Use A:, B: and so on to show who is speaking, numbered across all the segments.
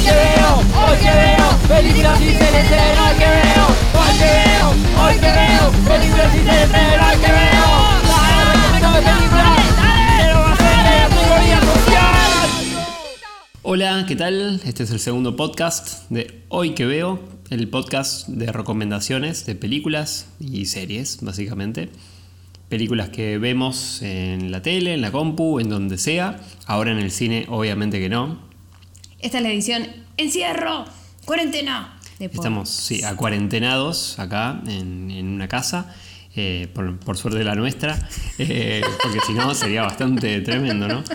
A: que veo, películas y series en hoy que veo, hoy que veo, películas y series en hoy que veo.
B: Hola, ¿qué tal? Este es el segundo podcast de Hoy que Veo, el podcast de recomendaciones de películas y series, básicamente. Películas que vemos en la tele, en la compu, en donde sea. Ahora en el cine, obviamente que no.
C: Esta es la edición Encierro, Cuarentena.
B: Estamos, acuarentenados acá en una casa. Por suerte la nuestra. Porque si no sería bastante tremendo, ¿no?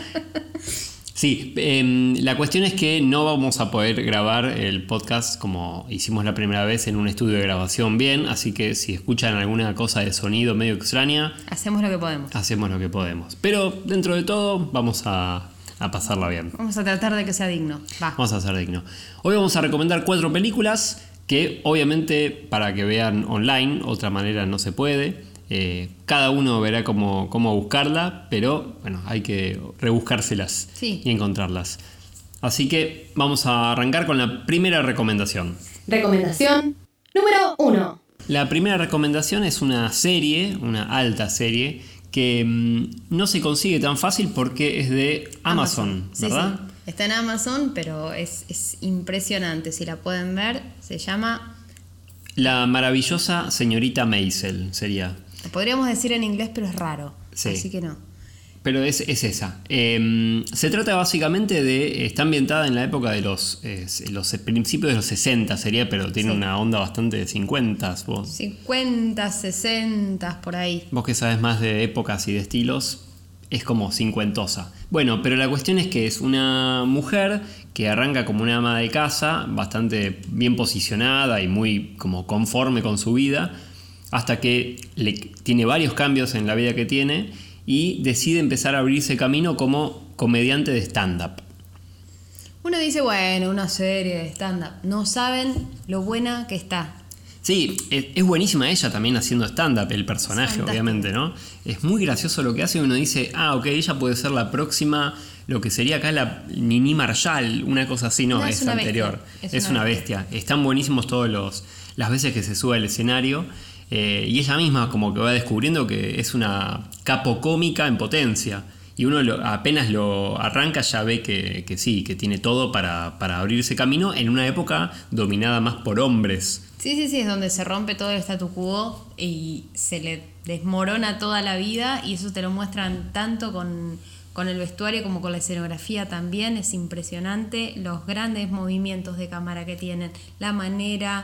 B: Sí, la cuestión es que no vamos a poder grabar el podcast como hicimos la primera vez en un estudio de grabación bien, así que si escuchan alguna cosa de sonido medio extraña...
C: Hacemos lo que podemos.
B: Hacemos lo que podemos. Pero dentro de todo vamos a pasarla bien.
C: Vamos a tratar de que sea digno.
B: Vamos a ser digno. Hoy vamos a recomendar 4 películas que obviamente para que vean online, otra manera no se puede. Cada uno verá cómo buscarla, pero bueno, hay que rebuscárselas y encontrarlas. Así que vamos a arrancar con la primera recomendación.
D: Recomendación número 1.
B: La primera recomendación es una serie, una alta serie, que no se consigue tan fácil porque es de Amazon, ¿verdad?
C: Sí. Está en Amazon, pero es impresionante. Si la pueden ver, se llama...
B: La maravillosa señorita Maisel sería...
C: Podríamos decir en inglés, pero es raro.
B: Sí.
C: Así que no.
B: Pero es esa. Se trata básicamente de... Está ambientada en la época de los principios de los 60 sería, pero tiene una onda bastante de 50. Vos.
C: 50, 60, por ahí.
B: Vos que sabes más de épocas y de estilos, es como cincuentosa. Bueno, pero la cuestión es que es una mujer que arranca como una ama de casa, bastante bien posicionada y muy como conforme con su vida, hasta que tiene varios cambios en la vida que tiene y decide empezar a abrirse camino como comediante de stand-up.
C: Uno dice, bueno, una serie de stand-up. No saben lo buena que está.
B: Sí, es buenísima ella también haciendo stand-up, el personaje, obviamente, ¿no? Es muy gracioso lo que hace y uno dice, ok, ella puede ser la próxima, lo que sería acá la Nini Marshall, una cosa así, no, es anterior. Es una bestia. Están buenísimos todas las veces que se sube al escenario. Y ella misma como que va descubriendo que es una capo cómica en potencia. Y uno apenas lo arranca ya ve que sí, que tiene todo para abrirse camino en una época dominada más por hombres.
C: Sí, es donde se rompe todo el statu quo y se le desmorona toda la vida, y eso te lo muestran tanto con el vestuario como con la escenografía también. Es impresionante los grandes movimientos de cámara que tienen, la manera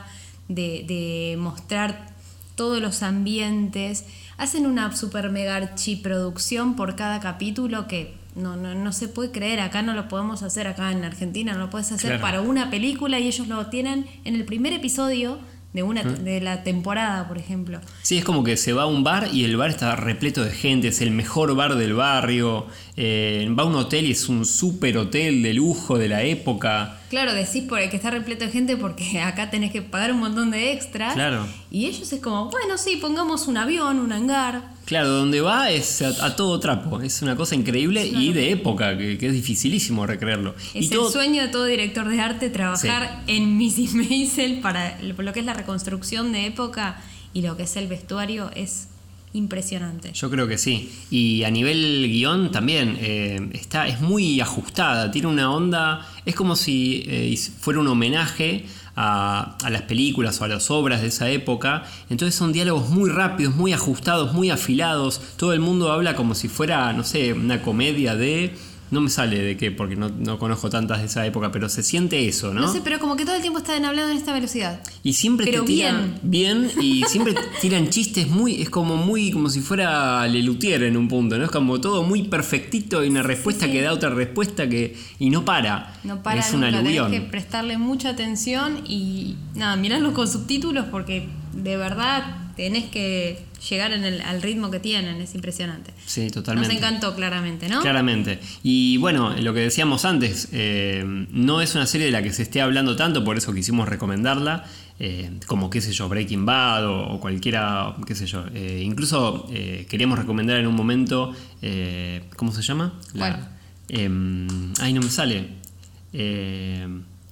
C: de mostrar todos los ambientes. Hacen una super mega archiproducción por cada capítulo que no se puede creer. Acá no lo podemos hacer, acá en Argentina no lo puedes hacer para una película, y ellos lo tienen en el primer episodio de la temporada, por ejemplo.
B: Sí, es como que se va a un bar y el bar está repleto de gente, es el mejor bar del barrio. Va a un hotel y es un super hotel de lujo de la época.
C: Claro, decís que está repleto de gente porque acá tenés que pagar un montón de extras.
B: Claro.
C: Y ellos es como, bueno, sí, pongamos un avión, un hangar.
B: Claro, donde va es a todo trapo. Es una cosa increíble y de época, que es dificilísimo recrearlo.
C: Es el sueño de todo director de arte, trabajar en Mrs. Maisel para lo que es la reconstrucción de época y lo que es el vestuario. Es impresionante.
B: Yo creo que sí. Y a nivel guión también es muy ajustada. Tiene una onda... Es como si fuera un homenaje a las películas o a las obras de esa época. Entonces son diálogos muy rápidos, muy ajustados, muy afilados. Todo el mundo habla como si fuera, no sé, una comedia de... No me sale de qué, porque no conozco tantas de esa época, pero se siente eso, ¿no?
C: No sé, pero como que todo el tiempo están hablando en esta velocidad.
B: Y siempre te tiran bien y siempre tiran chistes es como si fuera Lelutier en un punto, ¿no? Es como todo muy perfectito y una respuesta que da otra respuesta y no para.
C: No para,
B: es un aluvión.
C: Tenés que prestarle mucha atención y nada, mirarlos con subtítulos porque de verdad tenés que llegar al ritmo que tienen, es impresionante.
B: Sí, totalmente.
C: Nos encantó claramente, ¿no?
B: Claramente. Y bueno, lo que decíamos antes, no es una serie de la que se esté hablando tanto, por eso quisimos recomendarla, como qué sé yo, Breaking Bad o cualquiera, qué sé yo. Incluso queríamos recomendar en un momento, ¿cómo se llama?
C: Bueno.
B: Ay, no me sale.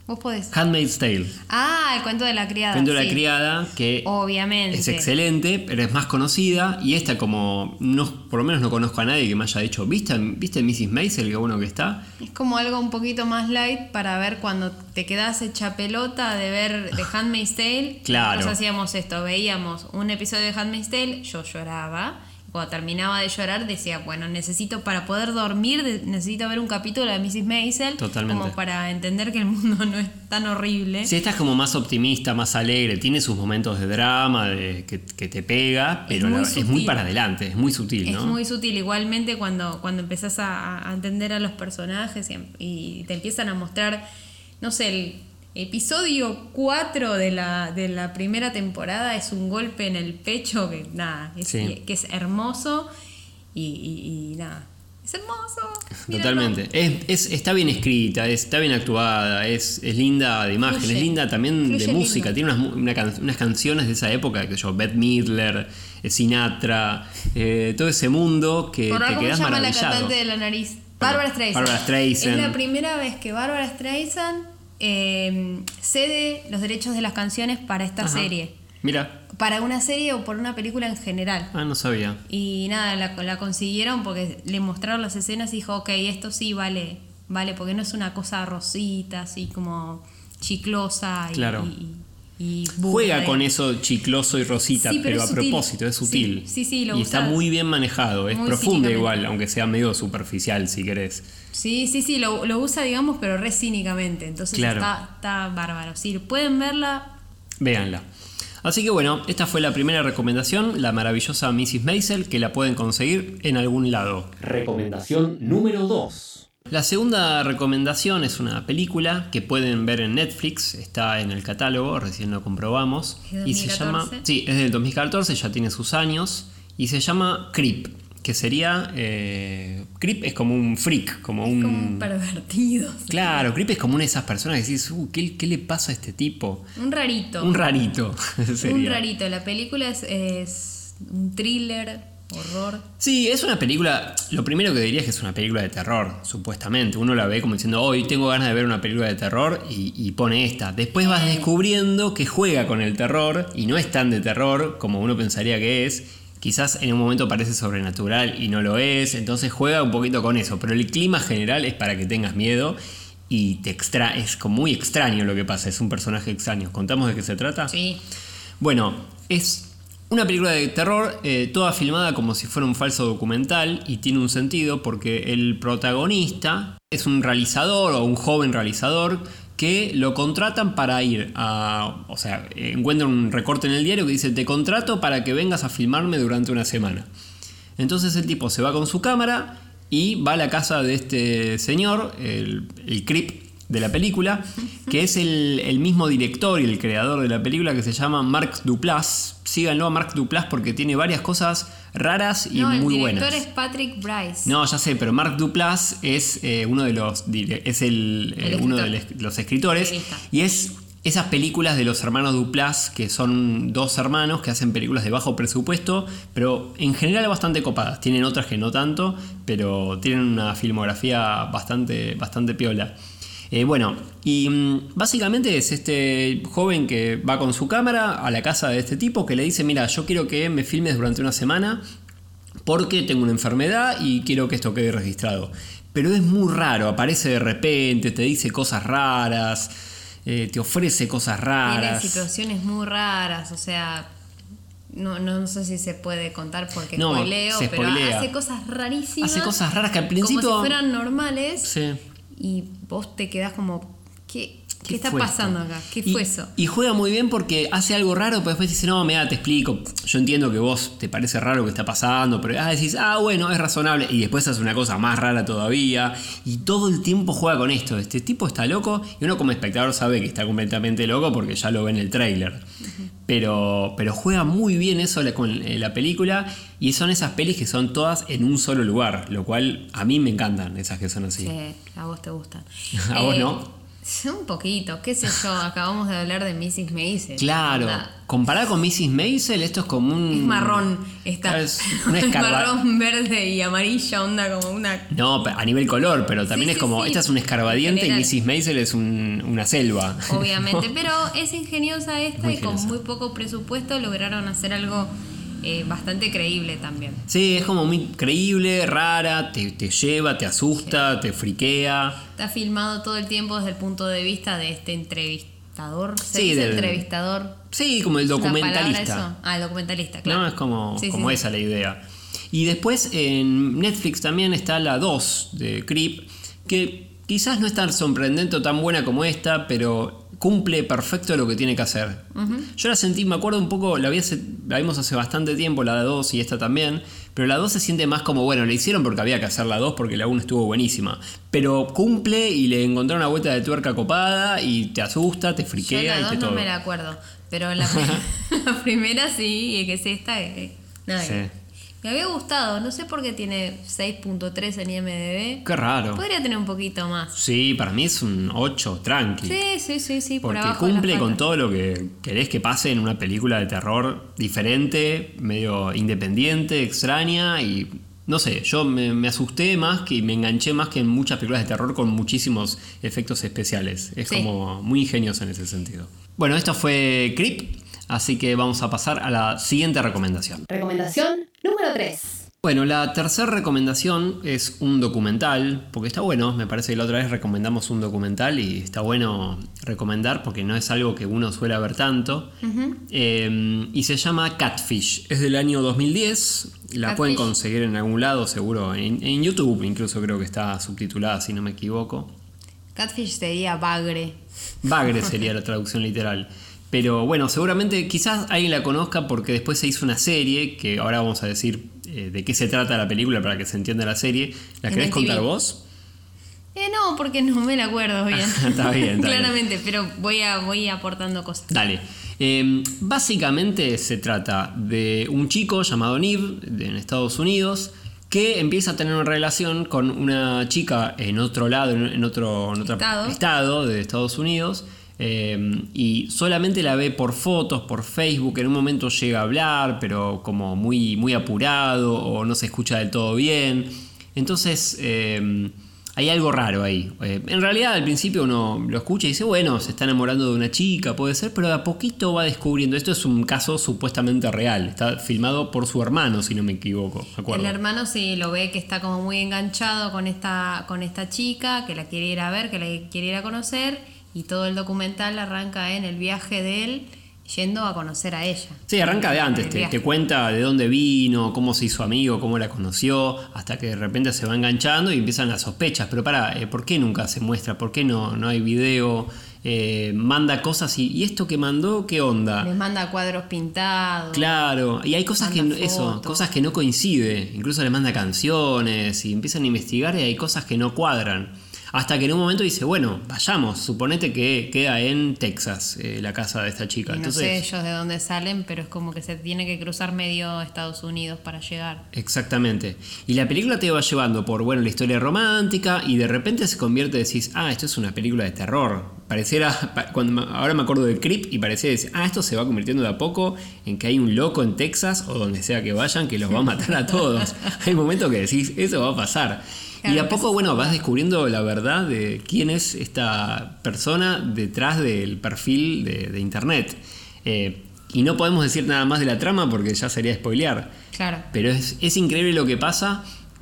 C: Vos podés.
B: Handmaid's Tale.
C: Ah, el cuento de la criada.
B: Cuento de la
C: sí.
B: criada, que
C: Obviamente.
B: es excelente, pero es más conocida. Y esta, como por lo menos no conozco a nadie que me haya dicho, ¿viste Mrs. Maisel? Qué bueno que está.
C: Es como algo un poquito más light para ver cuando te quedás hecha pelota de ver The Handmaid's Tale.
B: Claro.
C: Nosotros hacíamos esto, veíamos un episodio de Handmaid's Tale, yo lloraba. Cuando terminaba de llorar decía, bueno, para poder dormir, necesito ver un capítulo de Mrs. Maisel.
B: Totalmente.
C: Como para entender que el mundo no es tan horrible.
B: Sí, esta es como más optimista, más alegre. Tiene sus momentos de drama, que te pega, pero es muy para adelante, es muy sutil, ¿no?
C: Es muy sutil. Igualmente cuando empezás a entender a los personajes y te empiezan a mostrar, no sé, el episodio 4 de la primera temporada es un golpe en el pecho que nada, que es hermoso y nada, es hermoso.
B: Totalmente. Está bien escrita, está bien actuada, es linda de imagen, es linda también de música. Tiene unas canciones de esa época, que Bette Midler, Sinatra, todo ese mundo que te quedas maravillado.
C: ¿Cómo se llama la cantante de la nariz? Barbra Streisand. Es la primera vez que Barbra Streisand cede los derechos de las canciones para esta serie.
B: Mira.
C: Para una serie o por una película en general.
B: Ah, no sabía.
C: Y nada, la consiguieron porque le mostraron las escenas y dijo, ok, esto sí vale, porque no es una cosa rosita, así como chiclosa.
B: Claro.
C: Y
B: juega con eso chicloso y rosita,
C: sí,
B: pero a
C: sutil.
B: Propósito, es sutil.
C: Sí, lo
B: y
C: usa.
B: está muy bien manejado, es profunda igual, aunque sea medio superficial si querés.
C: Sí, lo usa, digamos, pero re cínicamente. Entonces está bárbaro. Si pueden verla,
B: véanla. Así que bueno, esta fue la primera recomendación, la maravillosa Mrs. Maisel, que la pueden conseguir en algún lado.
A: Recomendación número 2.
B: La segunda recomendación es una película que pueden ver en Netflix, está en el catálogo, recién lo comprobamos.
C: ¿Es
B: y se llama, sí, es del 2014, ya tiene sus años, y se llama Creep, que sería... Creep es como un freak, como un
C: pervertido.
B: Claro, Creep es como una de esas personas que decís, ¿qué le pasa a este tipo?
C: Un rarito.
B: Un rarito.
C: Un rarito. La película es un thriller, horror.
B: Sí, es una película, lo primero que diría es que es una película de terror, supuestamente. Uno la ve como diciendo, hoy tengo ganas de ver una película de terror y pone esta. Después vas descubriendo que juega con el terror y no es tan de terror como uno pensaría que es. Quizás en un momento parece sobrenatural y no lo es, entonces juega un poquito con eso, pero el clima general es para que tengas miedo y es como muy extraño lo que pasa, es un personaje extraño. ¿Contamos de qué se trata?
C: Sí.
B: Bueno, es una película de terror toda filmada como si fuera un falso documental y tiene un sentido porque el protagonista es un realizador o un joven realizador que lo contratan para ir a... O sea, encuentran un recorte en el diario que dice, te contrato para que vengas a filmarme durante una semana. Entonces el tipo se va con su cámara y va a la casa de este señor, el Creep de la película, que es el mismo director y el creador de la película, que se llama Mark Duplass. Síganlo a Mark Duplass porque tiene varias cosas raras y muy buenas.
C: El director es Patrick Brice.
B: No, ya sé, pero Mark Duplass es uno de los uno de los escritores y es esas películas de los hermanos Duplass, que son dos hermanos que hacen películas de bajo presupuesto, pero en general bastante copadas. Tienen otras que no tanto, pero tienen una filmografía bastante piola. Básicamente es este joven que va con su cámara a la casa de este tipo que le dice, mira, yo quiero que me filmes durante una semana porque tengo una enfermedad y quiero que esto quede registrado. Pero es muy raro, aparece de repente, te dice cosas raras, te ofrece cosas raras.
C: Tiene situaciones muy raras, o sea... No sé si se puede contar porque spoileo, pero hace cosas rarísimas.
B: Hace cosas raras que al principio...
C: Como si fueran normales.
B: Sí.
C: Y vos te quedás como, ¿qué está pasando acá? ¿Qué fue eso?
B: Y juega muy bien porque hace algo raro, pero después dice, no, mira, te explico. Yo entiendo que vos te parece raro lo que está pasando, pero decís, bueno, es razonable. Y después hace una cosa más rara todavía. Y todo el tiempo juega con esto. Este tipo está loco y uno como espectador sabe que está completamente loco porque ya lo ve en el tráiler. Uh-huh. Pero juega muy bien eso con la película. Y son esas pelis que son todas en un solo lugar, lo cual a mí me encantan esas que son así.
C: Sí, a vos te gustan.
B: ¿A vos no?
C: Un poquito, qué sé yo, acabamos de hablar de Mrs. Maisel.
B: Claro, comparado con Mrs. Maisel, esto es como un...
C: Es marrón,
B: Es una
C: marrón, verde y amarilla, onda como una...
B: No, a nivel color, pero también es como, esta es un escarbadiente y Mrs. Maisel es una selva.
C: Obviamente, pero es ingeniosa esta
B: Muy
C: y con
B: ingeniosa.
C: muy poco presupuesto lograron hacer algo bastante creíble también.
B: Sí, es como muy creíble, rara, te lleva, te asusta, te friquea.
C: Está filmado todo el tiempo desde el punto de vista de este entrevistador. ¿Se
B: Sí,
C: dice entrevistador?
B: Sí, como el
C: ¿Es la palabra
B: documentalista.
C: eso? El documentalista, claro.
B: No, es como,
C: Sí,
B: como
C: sí,
B: esa la idea. Y después en Netflix también está la 2 de Creep, que quizás no es tan sorprendente o tan buena como esta, pero cumple perfecto lo que tiene que hacer. Yo la sentí, me acuerdo un poco, la vimos hace bastante tiempo, la 2 y esta también, pero la 2 se siente más como, bueno, la hicieron porque había que hacer la 2 porque la 1 estuvo buenísima, pero cumple y le encontraron una vuelta de tuerca copada y te asusta, te
C: Yo
B: friquea
C: la
B: y
C: 2
B: te
C: no
B: todo.
C: me la acuerdo, pero la primera sí, y que es esta. Nada,
B: Sí.
C: Me había gustado, no sé por qué tiene 6.3 en IMDb.
B: Qué raro.
C: Podría tener un poquito más.
B: Sí, para mí es un 8, tranqui.
C: Sí, por
B: Porque
C: abajo de la
B: cumple con
C: falda.
B: todo lo que querés que pase en una película de terror diferente, medio independiente, extraña y no sé, yo me asusté más que me enganché más que en muchas películas de terror con muchísimos efectos especiales. Es
C: Sí.
B: como muy ingenioso en ese sentido. Bueno, esto fue Creep, así que vamos a pasar a la siguiente recomendación.
D: Recomendación número 3.
B: Bueno, la tercera recomendación es un documental, porque está bueno, me parece que la otra vez recomendamos un documental y está bueno recomendar porque no es algo que uno suele ver tanto. Y se llama Catfish, es del año 2010, la
C: Catfish.
B: pueden conseguir en algún lado, seguro, en YouTube incluso creo que está subtitulada, si no me equivoco.
C: Catfish sería bagre.
B: Bagre sería la traducción literal. Pero bueno, seguramente quizás alguien la conozca porque después se hizo una serie, que ahora vamos a decir de qué se trata la película para que se entienda la serie. ¿La
C: En
B: querés
C: MTV.
B: contar vos?
C: No, porque no me la acuerdo bien.
B: Está bien.
C: Claramente, pero voy aportando cosas.
B: Dale. Básicamente se trata de un chico llamado Niv en Estados Unidos que empieza a tener una relación con una chica en otro lado, en otro estado de Estados Unidos. Y solamente la ve por fotos, por Facebook. En un momento llega a hablar, pero como muy, muy apurado o no se escucha del todo bien. Entonces hay algo raro ahí. En realidad al principio uno lo escucha y dice, bueno, se está enamorando de una chica, puede ser, pero de a poquito va descubriendo. Esto es un caso supuestamente real. Está filmado por su hermano, si no me equivoco. ¿De acuerdo?
C: El hermano sí lo ve que está como muy enganchado con esta chica, que la quiere ir a ver, que la quiere ir a conocer. Y todo el documental arranca en el viaje de él yendo a conocer a ella.
B: Sí, arranca de antes,
C: El
B: te
C: viaje.
B: cuenta de dónde vino, cómo se hizo amigo, cómo la conoció, hasta que de repente se va enganchando y empiezan las sospechas. Pero ¿por qué nunca se muestra? ¿Por qué no hay video? Manda cosas y esto que mandó, ¿qué onda?
C: Les manda cuadros pintados.
B: Claro, y hay cosas que
C: Manda fotos.
B: cosas que no coinciden. Incluso les manda canciones y empiezan a investigar y hay cosas que no cuadran. Hasta que en un momento dice, bueno, vayamos, suponete que queda en Texas la casa de esta chica.
C: Y no
B: Entonces,
C: sé ellos de dónde salen, pero es como que se tiene que cruzar medio Estados Unidos para llegar.
B: exactamente. Y la película te va llevando por, bueno, la historia romántica y de repente se convierte, decís, esto es una película de terror. Pareciera, ahora me acuerdo de Creep y parecía decir, esto se va convirtiendo de a poco en que hay un loco en Texas o donde sea que vayan que los va a matar a todos. Hay momentos que decís, eso va a pasar. Y de a poco, bueno, vas descubriendo la verdad de quién es esta persona detrás del perfil de internet. Y no podemos decir nada más de la trama porque ya sería spoilear.
C: Claro.
B: Pero es increíble lo que pasa.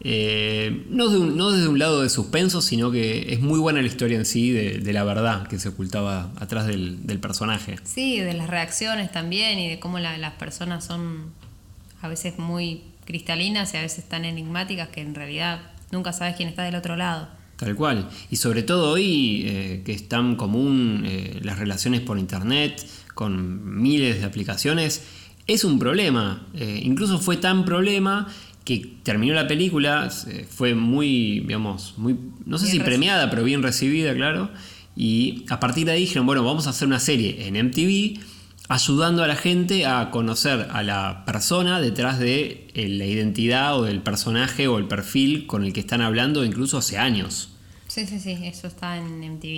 B: No desde un lado de suspenso, sino que es muy buena la historia en sí de la verdad que se ocultaba atrás del personaje.
C: Sí, de las reacciones también y de cómo las personas son a veces muy cristalinas y a veces tan enigmáticas que en realidad nunca sabes quién está del otro lado.
B: Tal cual. Y sobre todo hoy que es tan común las relaciones por internet con miles de aplicaciones, es un problema. Incluso fue tan problema que terminó la película, fue muy, digamos, muy, no sé
C: Bien
B: si premiada, pero bien recibida, claro. Y a partir de ahí dijeron, bueno, vamos a hacer una serie en MTV ayudando a la gente a conocer a la persona detrás de la identidad o del personaje o el perfil con el que están hablando incluso hace años.
C: Sí, eso está en MTV.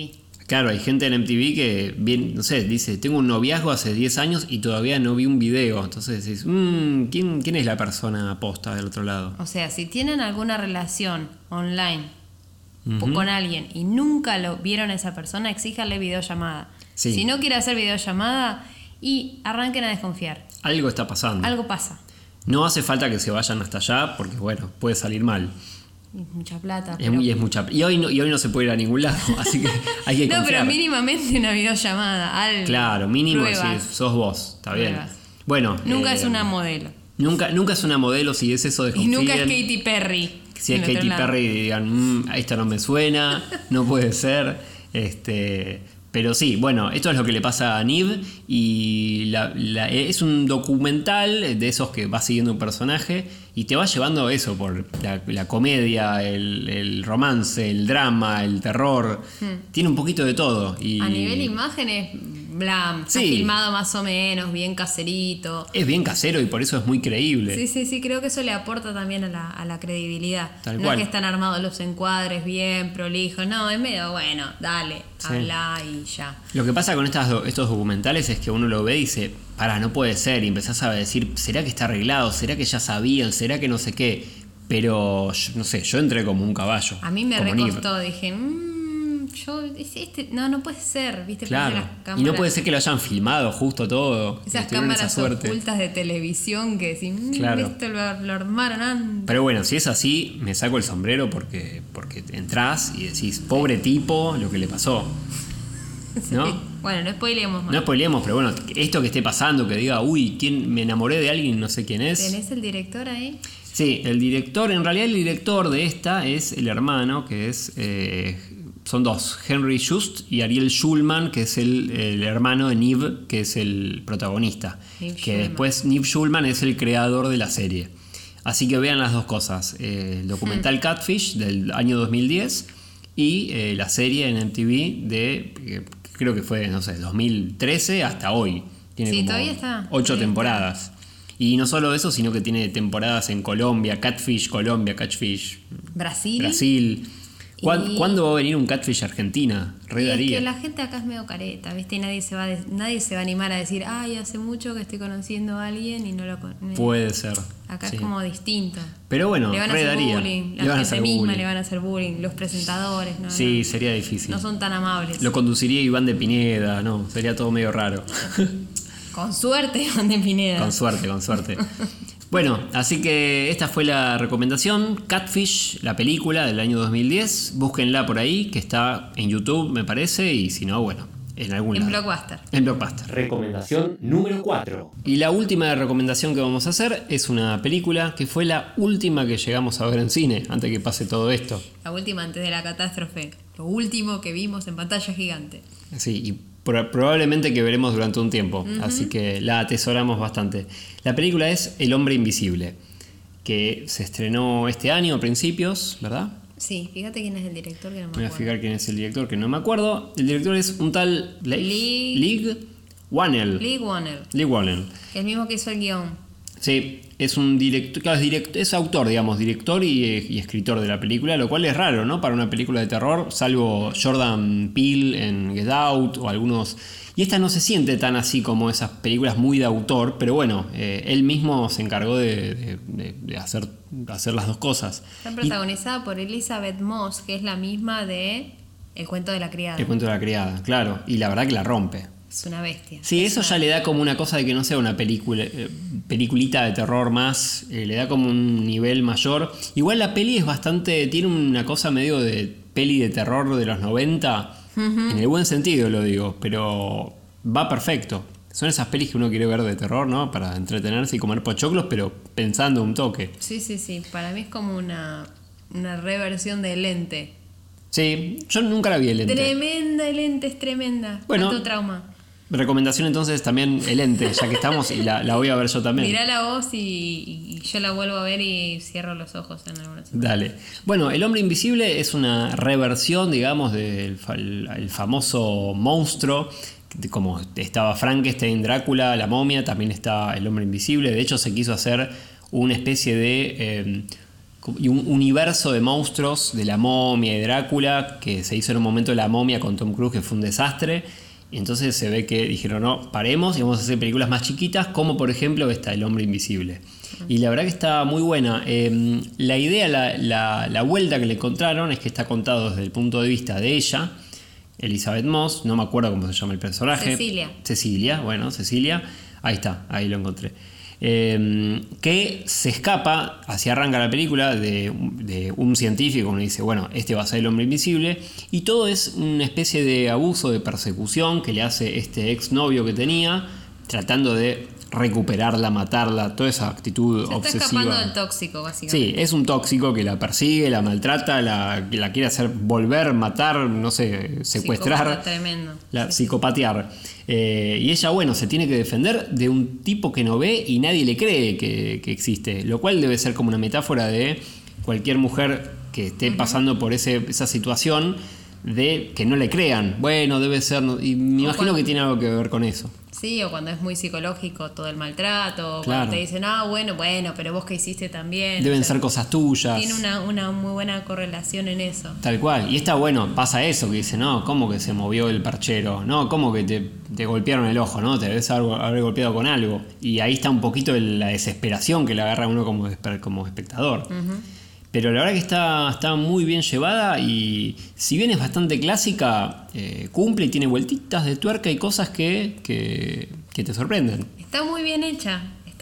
B: Claro, hay gente en MTV que, bien, no sé, dice, tengo un noviazgo hace 10 años y todavía no vi un video. Entonces decís, ¿quién es la persona posta del otro lado?
C: O sea, si tienen alguna relación online con alguien y nunca lo vieron a esa persona, exíjanle videollamada.
B: Sí.
C: Si no quiere hacer videollamada, y arranquen a desconfiar.
B: Algo está pasando.
C: Algo pasa.
B: No hace falta que se vayan hasta allá porque, bueno, puede salir mal.
C: Es mucha plata.
B: Es mucha. Y hoy no se puede ir a ningún lado, así que hay que confiar.
C: No, pero mínimamente una videollamada. Algo.
B: Claro, mínimo
C: Pruebas.
B: si sos vos, está bien.
C: Pruebas.
B: Bueno.
C: Nunca es una modelo.
B: Nunca es una modelo, si es eso,
C: Y
B: desconfíen.
C: nunca es Katy Perry.
B: Si es
C: del otro
B: Katy
C: lado.
B: Perry y digan, esto no me suena, no puede ser. Pero sí, bueno, esto es lo que le pasa a Niv y es un documental de esos que va siguiendo un personaje y te va llevando eso por la comedia, el romance, el drama, el terror. Tiene un poquito de todo. Y
C: A nivel imágenes, blam, está
B: Sí.
C: filmado más o menos, bien caserito.
B: es bien casero y por eso es muy creíble.
C: Sí, creo que eso le aporta también a la credibilidad.
B: Tal
C: no
B: cual.
C: es que están armados los encuadres bien, prolijos, no, es medio, bueno, dale,
B: Sí.
C: habla y ya.
B: Lo que pasa con estos documentales es que uno lo ve y dice, no puede ser, y empezás a decir, ¿será que está arreglado? ¿Será que ya sabían? ¿Será que no sé qué? Pero, no sé, yo entré como un caballo.
C: A mí me
B: como Niv.
C: recostó, dije, no puede ser, ¿viste?
B: Claro,
C: Las
B: y
C: cámaras,
B: no puede ser que lo hayan filmado justo todo.
C: esas
B: que tuvieron esa
C: cámaras
B: suerte.
C: ocultas de televisión que decís,
B: Claro.
C: esto lo armaron antes.
B: Pero bueno, si es así, me saco el sombrero porque entrás y decís, pobre tipo, lo que le pasó. ¿No?
C: Sí. Bueno, no spoileemos más.
B: No spoileemos, pero bueno, esto que esté pasando, que diga, me enamoré de alguien y no sé quién es.
C: ¿Tenés el director ahí?
B: Sí, en realidad el director de esta es el hermano, que es, son dos, Henry Just y Ariel Schulman, que es el hermano de Niv, que es el protagonista.
C: Niv
B: Que
C: Schulman.
B: después Niv Schulman es el creador de la serie. Así que vean las dos cosas, el documental Catfish del año 2010 y la serie en MTV de, creo que fue, no sé, 2013 hasta hoy. Tiene
C: Sí,
B: como
C: todavía está.
B: 8
C: Todavía
B: temporadas. Y no solo eso, sino que tiene temporadas en Colombia, Catfish,
C: Brasil.
B: Brasil.
C: Y-
B: ¿Cuándo va a venir un Catfish a Argentina? Re
C: Y es
B: daría.
C: que la gente acá es medio careta, ¿viste? Y nadie se va a animar a decir, ay, hace mucho que estoy conociendo a alguien y no lo conozco.
B: Puede ser.
C: Acá
B: sí.
C: es como distinto.
B: Pero bueno,
C: Le van a
B: re
C: hacer
B: daría.
C: bullying,
B: Le van a
C: la
B: hacer
C: gente misma
B: bullying.
C: le van a hacer bullying, los presentadores, ¿no?
B: Sí, sería difícil.
C: No son tan amables.
B: Lo conduciría Iván de Pineda, no, sería todo medio raro.
C: Con suerte, Juan de Pineda.
B: Con suerte. Bueno, así que esta fue la recomendación. Catfish, la película del año 2010. Búsquenla por ahí, que está en YouTube, me parece. Y si no, bueno, en algún
C: En
B: lado.
C: Blockbuster.
B: En Blockbuster.
E: Recomendación número 4.
B: Y la última recomendación que vamos a hacer es una película que fue la última que llegamos a ver en cine, antes que pase todo esto.
C: La última antes de la catástrofe. Lo último que vimos en pantalla gigante.
B: Sí, y probablemente que veremos durante un tiempo, así que la atesoramos bastante. La película es El hombre invisible, que se estrenó este año a principios, ¿verdad?
C: Sí, fíjate quién es el director que no me
B: Me voy a
C: acuerdo.
B: fijar quién es el director, que no me acuerdo. El director es un tal Leigh Whannell.
C: Lee Warner,
B: Leigh Whannell.
C: que es el mismo que hizo el guión.
B: Sí, es un director, claro, es autor, digamos, director y escritor de la película, lo cual es raro, ¿no? Para una película de terror, salvo Jordan Peele en Get Out o algunos. Y esta no se siente tan así como esas películas muy de autor, pero bueno, él mismo se encargó de hacer las dos cosas.
C: Está
B: Y-
C: protagonizada por Elizabeth Moss, que es la misma de El cuento de la criada.
B: El cuento de la criada, claro, y la verdad que la rompe.
C: Es una bestia.
B: Sí, eso ya le da como una cosa de que no sea una peliculita de terror más, le da como un nivel mayor. Igual la peli es bastante, tiene una cosa medio de peli de terror de los 90, en el buen sentido lo digo, pero va perfecto. Son esas pelis que uno quiere ver de terror, ¿no? Para entretenerse y comer pochoclos, pero pensando un toque.
C: Sí. Para mí es como una reversión de Lente.
B: Sí, yo nunca la vi el ente.
C: Tremenda, el Lente es tremenda.
B: Bueno.
C: Cuánto trauma.
B: Recomendación entonces también el ente, ya que estamos y la voy a ver yo también.
C: Mirá la voz y yo la vuelvo a ver y cierro los ojos en algunas.
B: Dale. Bueno, El hombre invisible es una reversión, digamos, del el famoso monstruo. Como estaba Frankenstein, Drácula, la momia, también está El hombre invisible. De hecho, se quiso hacer una especie de y un universo de monstruos de la momia y Drácula, que se hizo en un momento La momia con Tom Cruise, que fue un desastre. Y entonces se ve que dijeron, no, paremos y vamos a hacer películas más chiquitas, como por ejemplo esta, El hombre invisible. Y la verdad que está muy buena. La idea, la vuelta que le encontraron es que está contado desde el punto de vista de ella, Elizabeth Moss, no me acuerdo cómo se llama el personaje. Cecilia, bueno, Cecilia. Ahí está, ahí lo encontré. Que se escapa, así arranca la película, de un científico. Uno dice, bueno, este va a ser el hombre invisible, y todo es una especie de abuso, de persecución que le hace este exnovio que tenía, tratando de recuperarla, matarla, toda esa actitud obsesiva.
C: Está escapando del tóxico, básicamente.
B: Sí, es un tóxico que la persigue, la maltrata, la quiere hacer volver, matar, no sé, secuestrar.
C: Psicópata tremendo.
B: Psicopatear. Y ella, bueno, se tiene que defender de un tipo que no ve y nadie le cree que existe. Lo cual debe ser como una metáfora de cualquier mujer que esté pasando por esa situación, de que no le crean. Bueno, debe ser. Y me imagino que tiene algo que ver con eso.
C: Sí, o cuando es muy psicológico todo el maltrato,
B: Claro.
C: cuando te dicen, bueno, pero vos que hiciste también.
B: Deben ser cosas tuyas.
C: Tiene una muy buena correlación en eso.
B: Tal cual. Y está bueno, pasa eso, que dice, no, ¿cómo que se movió el perchero? No, ¿cómo que te golpearon el ojo? ¿No? Te debes haber golpeado con algo. Y ahí está un poquito la desesperación que le agarra a uno como espectador. Uh-huh. Pero la verdad que está muy bien llevada, y si bien es bastante clásica, cumple y tiene vueltitas de tuerca y cosas que te sorprenden.
C: Está muy bien hecha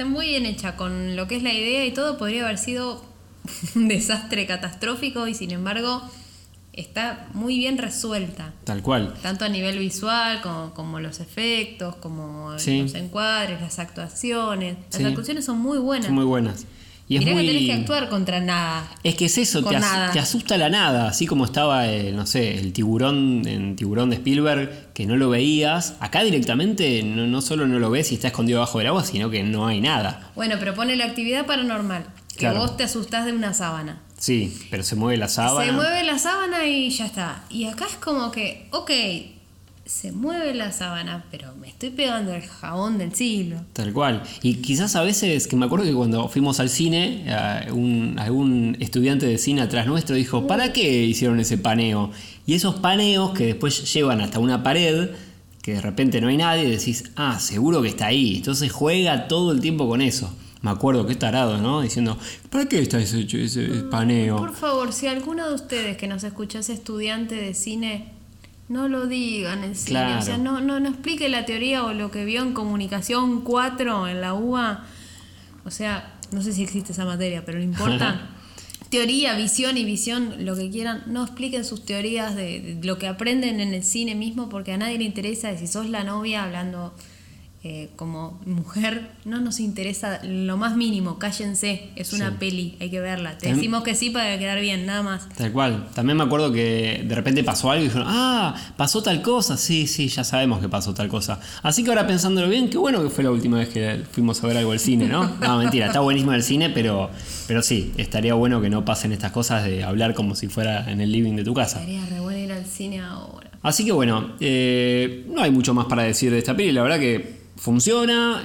C: con lo que es la idea y todo. Podría haber sido un desastre catastrófico, y sin embargo está muy bien resuelta.
B: Tal cual.
C: Tanto a nivel visual como los efectos, como los encuadres, las actuaciones. Las actuaciones son muy buenas.
B: Son muy buenas. Y
C: mirá que tenés que actuar contra nada.
B: Es que es eso, te asusta la nada. Así como estaba, no sé, el tiburón en Tiburón de Spielberg, que no lo veías. Acá directamente no solo no lo ves y está escondido bajo del agua, sino que no hay nada.
C: Bueno, pero pone la actividad paranormal. Que claro. Vos te asustás de una sábana.
B: Sí, pero se mueve la sábana.
C: Se mueve la sábana y ya está. Y acá es como que, ok, se mueve la sábana, pero me estoy pegando el jabón del siglo.
B: Tal cual. Y quizás a veces, que me acuerdo que cuando fuimos al cine, algún estudiante de cine atrás nuestro dijo, ¿para qué hicieron ese paneo? Y esos paneos que después llevan hasta una pared, que de repente no hay nadie, y decís, seguro que está ahí. Entonces juega todo el tiempo con eso. Me acuerdo que es tarado, ¿no? Diciendo, ¿para qué está ese paneo?
C: Por favor, si alguno de ustedes que nos escucha es estudiante de cine, no lo diga en el cine. Claro. O sea, no explique la teoría o lo que vio en Comunicación 4 en la UBA. O sea, no sé si existe esa materia, pero no importa. Teoría, visión y visión, lo que quieran. No expliquen sus teorías de lo que aprenden en el cine mismo, porque a nadie le interesa. Y si sos la novia hablando como mujer, no nos interesa lo más mínimo. Cállense, es una peli, hay que verla. Te decimos que sí para quedar bien, nada más.
B: Tal cual. También me acuerdo que de repente pasó algo y dijeron, pasó tal cosa. Sí, ya sabemos que pasó tal cosa. Así que ahora pensándolo bien, qué bueno que fue la última vez que fuimos a ver algo al cine, ¿no? No, mentira, está buenísimo el cine, pero sí, estaría bueno que no pasen estas cosas de hablar como si fuera en el living de tu casa.
C: Estaría re bueno ir al cine ahora.
B: Así que bueno, no hay mucho más para decir de esta peli. La verdad que funciona,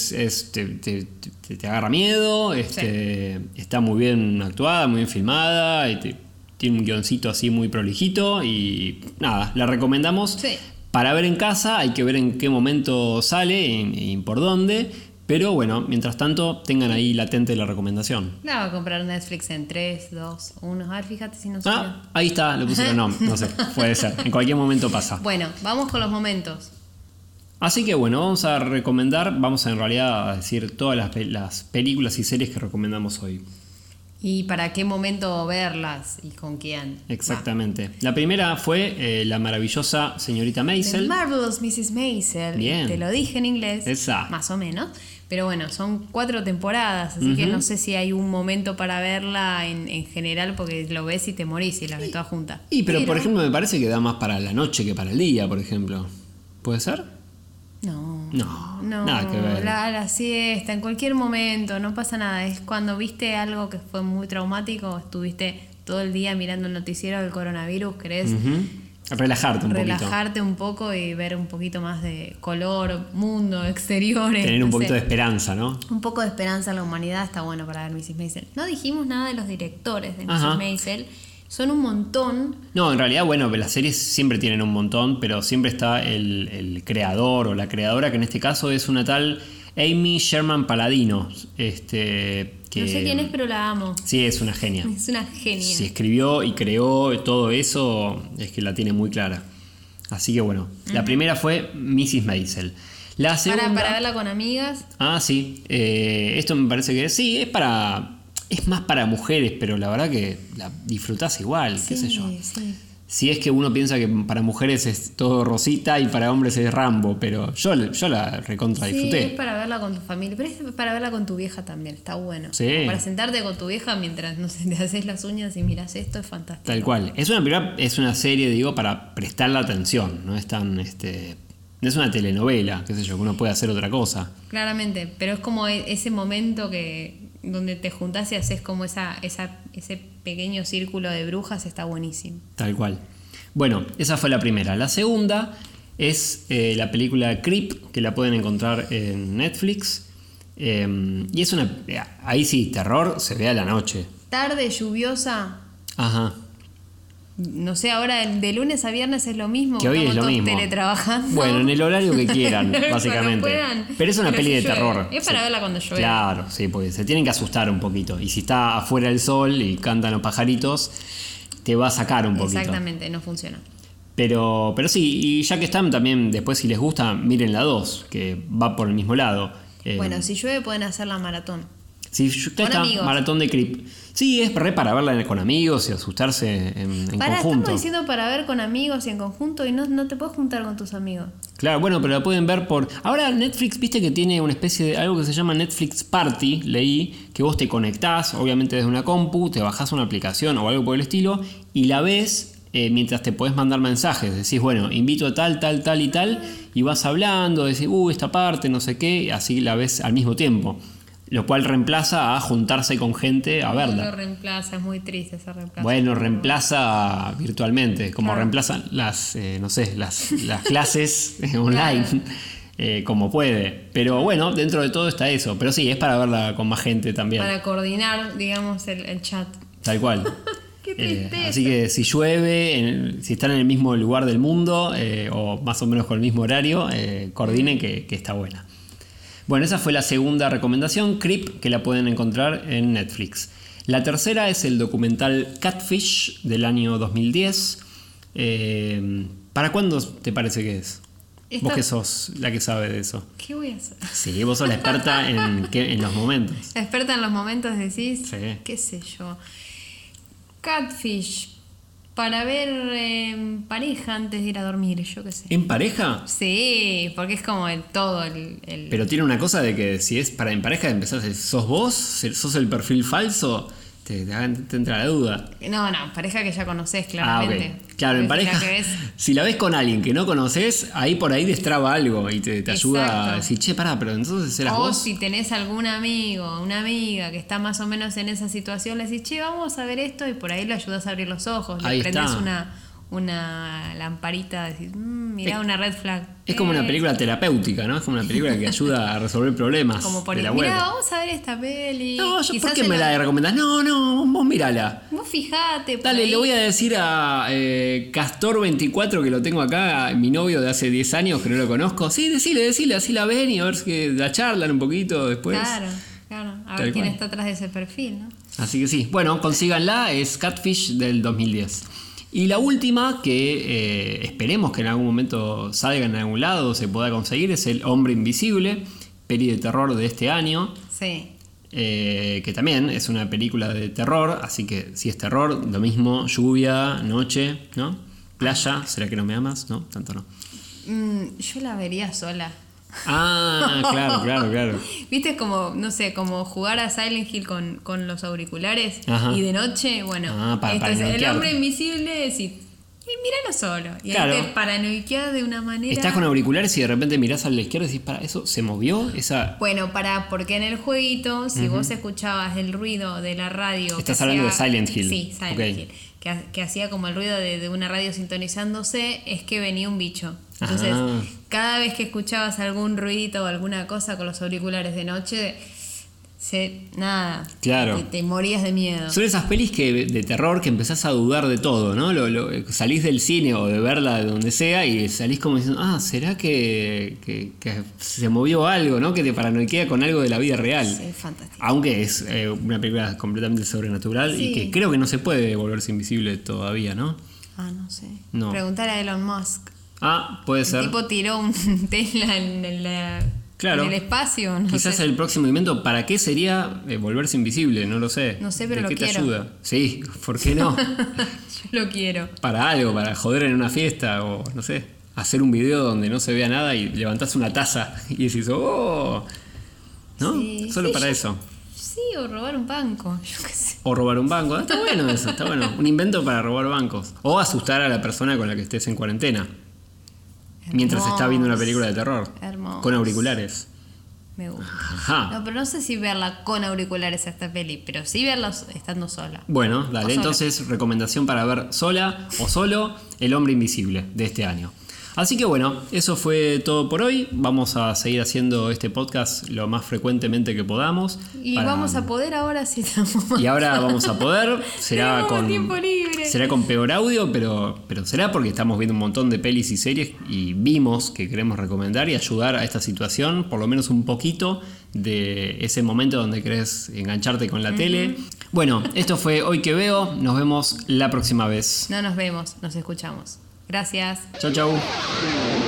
B: te agarra miedo, está muy bien actuada, muy bien filmada, y tiene un guioncito así muy prolijito, y nada, la recomendamos para ver en casa. Hay que ver en qué momento sale y por dónde, pero bueno, mientras tanto tengan ahí latente la recomendación.
C: La va a comprar Netflix en 3, 2, 1, a ver, fíjate si no sale.
B: Ahí está, lo pusieron, no sé, puede ser, en cualquier momento pasa.
C: Bueno, vamos con los momentos.
B: Así que bueno, vamos a en realidad a decir todas las películas y series que recomendamos hoy.
C: ¿Y para qué momento verlas y con quién?
B: Exactamente. La primera fue la maravillosa señorita Maisel.
C: The Marvelous Mrs. Maisel.
B: Bien.
C: Te lo dije en inglés.
B: Exacto.
C: Más o menos. Pero bueno, son 4 temporadas, así que no sé si hay un momento para verla en general, porque lo ves y te morís y las ves todas juntas.
B: Pero por ejemplo, me parece que da más para la noche que para el día, por ejemplo. ¿Puede ser?
C: No,
B: nada que ver.
C: La siesta, en cualquier momento, no pasa nada. Es cuando viste algo que fue muy traumático, estuviste todo el día mirando el noticiero del coronavirus, querés
B: relajarte un poquito.
C: Relajarte un poco y ver un poquito más de color, mundo, exteriores.
B: Tener un
C: no
B: poquito
C: sé.
B: de esperanza, ¿no?
C: Un poco de esperanza en la humanidad está bueno para ver Mrs. Maisel. No dijimos nada de los directores de
B: Ajá.
C: Mrs. Maisel. Son un montón.
B: No, en realidad, bueno, las series siempre tienen un montón, pero siempre está el creador o la creadora, que en este caso es una tal Amy Sherman Paladino. Que,
C: No sé quién es, pero la amo.
B: Sí, es una genia.
C: Es una genia.
B: Si escribió y creó todo eso, es que la tiene muy clara. Así que bueno, la primera fue Mrs. Maisel. La segunda...
C: Para verla con amigas.
B: Ah, sí. Esto me parece que sí, es más para mujeres, pero la verdad que la disfrutás igual, qué sé yo.
C: Sí.
B: Si es que uno piensa que para mujeres es todo rosita y para hombres es Rambo, pero yo la recontra
C: Sí,
B: disfruté.
C: es para verla con tu familia, pero es para verla con tu vieja también, está bueno.
B: Sí.
C: Como para sentarte con tu vieja mientras, no sé, te haces las uñas y miras esto, es fantástico.
B: Tal cual. Es una serie, digo, para prestarle atención. No es tan, no es una telenovela, qué sé yo, que uno puede hacer otra cosa.
C: Claramente, pero es como ese momento donde te juntás y haces como ese pequeño círculo de brujas, está buenísimo.
B: Tal cual. Bueno, esa fue la primera. La segunda es la película Creep, que la pueden encontrar en Netflix. Y es ahí sí, terror se ve a la noche.
C: Tarde, lluviosa,
B: Ajá.
C: no sé, ahora de lunes a viernes es lo mismo.
B: Que hoy es
C: estamos
B: lo
C: todos
B: mismo.
C: teletrabajando.
B: Bueno, en el horario que quieran,
C: Cuando
B: básicamente.
C: puedan.
B: Pero es una peli
C: si
B: de
C: llueve.
B: terror.
C: Es para verla cuando llueve.
B: Claro, sí, porque se tienen que asustar un poquito. Y si está afuera el sol y cantan los pajaritos, te va a sacar un poquito.
C: Exactamente, no funciona.
B: Pero sí, y ya que están también, después si les gusta, miren la 2, que va por el mismo lado.
C: Bueno, si llueve pueden hacer la maratón.
B: Sí,
C: Con
B: está
C: amigos.
B: Maratón de Creep. Sí, es re para verla con amigos y asustarse en
C: Estamos
B: conjunto.
C: diciendo para ver con amigos y en conjunto y no te puedes juntar con tus amigos.
B: Claro, bueno, pero la pueden ver por... Ahora Netflix, viste que tiene una especie de algo que se llama Netflix Party, leí, que vos te conectás, obviamente desde una compu, te bajás una aplicación o algo por el estilo, y la ves mientras te podés mandar mensajes. Decís, bueno, invito a tal y tal, y vas hablando, decís, esta parte, no sé qué, y así la ves al mismo tiempo. Lo cual reemplaza a juntarse con gente a verla.
C: No lo reemplaza, es muy triste ese reemplazo.
B: Bueno, reemplaza virtualmente, como
C: Claro.
B: reemplazan las clases online, como puede. Pero bueno, dentro de todo está eso. Pero sí, es para verla con más gente también.
C: Para coordinar, digamos, el chat.
B: Tal cual.
C: Qué tristeza.
B: Así que si llueve, si están en el mismo lugar del mundo, o más o menos con el mismo horario, coordinen que está buena. Bueno, esa fue la segunda recomendación, Creep, que la pueden encontrar en Netflix. La tercera es el documental Catfish del año 2010. ¿Para cuándo te parece que es? Vos que sos la que sabe de eso.
C: ¿Qué voy a hacer?
B: Sí, vos sos la experta en los momentos.
C: La experta en los momentos decís,
B: Sí.
C: qué sé yo. Catfish, para ver en pareja antes de ir a dormir, yo qué sé.
B: ¿En pareja?
C: Sí, porque es como todo el...
B: Pero tiene una cosa de que si es para en pareja empezás, ¿sos vos? ¿Sos el perfil falso? Te entra la duda.
C: No, pareja que ya conocés claramente.
B: Ok. Claro, en
C: Pareja
B: pareja,
C: que ves.
B: si la ves con alguien que no conoces, ahí por ahí destraba algo y te ayuda a
C: Exacto.
B: decir, che, pará, pero entonces eras
C: O
B: vos.
C: si tenés algún amigo, una amiga que está más o menos en esa situación, le decís, che, vamos a ver esto, y por ahí lo ayudás a abrir los ojos.
B: Ahí
C: Le prendés
B: está.
C: una lamparita, decís, mirá, una red flag.
B: Es como una película terapéutica, ¿no? Es como una película que ayuda a resolver problemas
C: Como por
B: de la
C: mirá,
B: web.
C: vamos a ver esta peli.
B: No, ¿por
C: Quizás
B: qué me la recomendás? No, vos mirala.
C: Vos fijate. por
B: Dale,
C: ahí.
B: le voy a decir a Castor24, que lo tengo acá, mi novio de hace 10 años, que no lo conozco. Sí, decile, así la ven y a ver si la charlan un poquito después.
C: Claro. A
B: Tal
C: ver quién
B: cual.
C: está atrás de ese perfil, ¿no?
B: Así que sí, bueno, consíganla, es Catfish del 2010. Y la última, que esperemos que en algún momento salga en algún lado, se pueda conseguir, es El Hombre Invisible, peli de terror de este año.
C: Sí.
B: Que también es una película de terror, así que si es terror, lo mismo, lluvia, noche, ¿no? Playa, ¿será que no me amas? No, tanto no.
C: Yo la vería sola.
B: Ah, claro.
C: ¿Viste? Es como, no sé, como jugar a Silent Hill con los auriculares.
B: Ajá.
C: Y de noche, bueno,
B: Para
C: esto es el
B: noiquearte.
C: hombre invisible, y míralo solo. Y
B: Claro.
C: ahí te paranoiqueas de una manera.
B: Estás con auriculares y de repente mirás a la izquierda y decís, para, ¿eso se movió? Esa...
C: Bueno, porque en el jueguito, si vos escuchabas el ruido de la radio.
B: Estás
C: que
B: hablando
C: hacía-
B: de Silent Hill.
C: Sí, Silent
B: Ok.
C: Hill. que hacía como el ruido de una radio sintonizándose, es que venía un bicho. Entonces, cada vez que escuchabas algún ruidito o alguna cosa con los auriculares de noche,
B: Claro.
C: te morías de miedo.
B: Son esas pelis de terror que empezás a dudar de todo, ¿no? Salís del cine o de verla de donde sea y salís como diciendo, ¿será que se movió algo, ¿no? Que te paranoiquea con algo de la vida real.
C: Sí, fantástico.
B: Aunque es una película completamente sobrenatural y que creo que no se puede volverse invisible todavía, ¿no?
C: No sé.
B: No.
C: Preguntar a Elon Musk.
B: Puede ser.
C: El tipo tiró un Tesla en el espacio.
B: Quizás
C: sé.
B: el próximo invento, ¿para qué sería volverse invisible? No lo sé.
C: No sé, pero
B: ¿De
C: lo
B: qué te
C: quiero.
B: ayuda? Sí, ¿por qué no?
C: Yo lo quiero.
B: Para algo, para joder en una fiesta o no sé, hacer un video donde no se vea nada y levantás una taza y decís, ¡oh! ¿No?
C: Sí,
B: Solo para eso.
C: Sí, o robar un banco, yo qué sé.
B: O robar un banco. Está bueno eso, está bueno. Un invento para robar bancos. O asustar a la persona con la que estés en cuarentena. Mientras está viendo una película de terror.
C: Hermoso.
B: Con auriculares.
C: Me gusta.
B: Ajá.
C: No, pero no sé si verla con auriculares a esta peli, pero sí verla estando sola.
B: Bueno, dale.
C: O sola.
B: Entonces, recomendación para ver sola o solo El Hombre Invisible de este año. Así que bueno, eso fue todo por hoy. Vamos a seguir haciendo este podcast lo más frecuentemente que podamos.
C: Y vamos a poder ahora si estamos.
B: Y ahora vamos a poder. Será
C: Tenemos tiempo libre.
B: Será con peor audio, pero será porque estamos viendo un montón de pelis y series y vimos que queremos recomendar y ayudar a esta situación, por lo menos un poquito de ese momento donde querés engancharte con la tele. Bueno, esto fue Hoy que Veo. Nos vemos la próxima vez.
C: No nos vemos, nos escuchamos. Gracias.
B: Chau, chau.